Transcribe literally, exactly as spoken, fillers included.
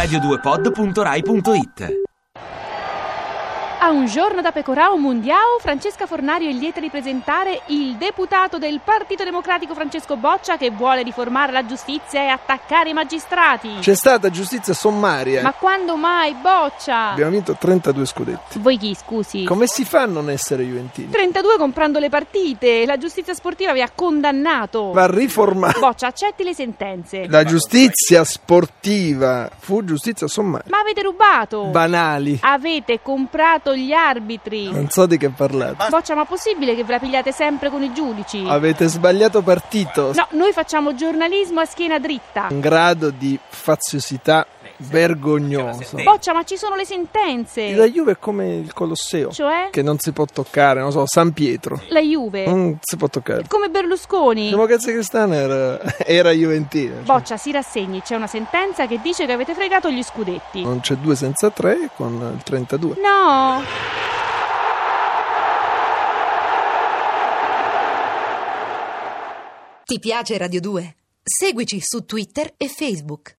radio due pod punto rai punto it. A un giorno da Pecorao Mundiao, Francesca Fornario è lieta di presentare il deputato del Partito Democratico Francesco Boccia, che vuole riformare la giustizia e attaccare i magistrati. C'è stata giustizia sommaria. Ma quando mai, Boccia? Abbiamo vinto trentadue scudetti. Voi chi, scusi? Come si fa a non essere juventini? trentadue comprando le partite. La giustizia sportiva vi ha condannato. Va riformata. Boccia, accetti le sentenze. La giustizia sportiva fu giustizia sommaria. Ma avete rubato. Banali. Avete comprato gli arbitri. Non so di che parlate. Boccia, ma possibile che ve la pigliate sempre con i giudici? Avete sbagliato partito. No, noi facciamo giornalismo a schiena dritta. Un grado di faziosità vergognoso. Boccia, ma ci sono le sentenze. La Juve è come il Colosseo. Cioè? Che non si può toccare, non so, San Pietro. La Juve. Non si può toccare. Come Berlusconi. Democrazia Cristiana era, era juventina. Cioè. Boccia, si rassegni, c'è una sentenza che dice che avete fregato gli scudetti. Non c'è due senza tre con il trentadue. No. Ti piace Radio due? Seguici su Twitter e Facebook.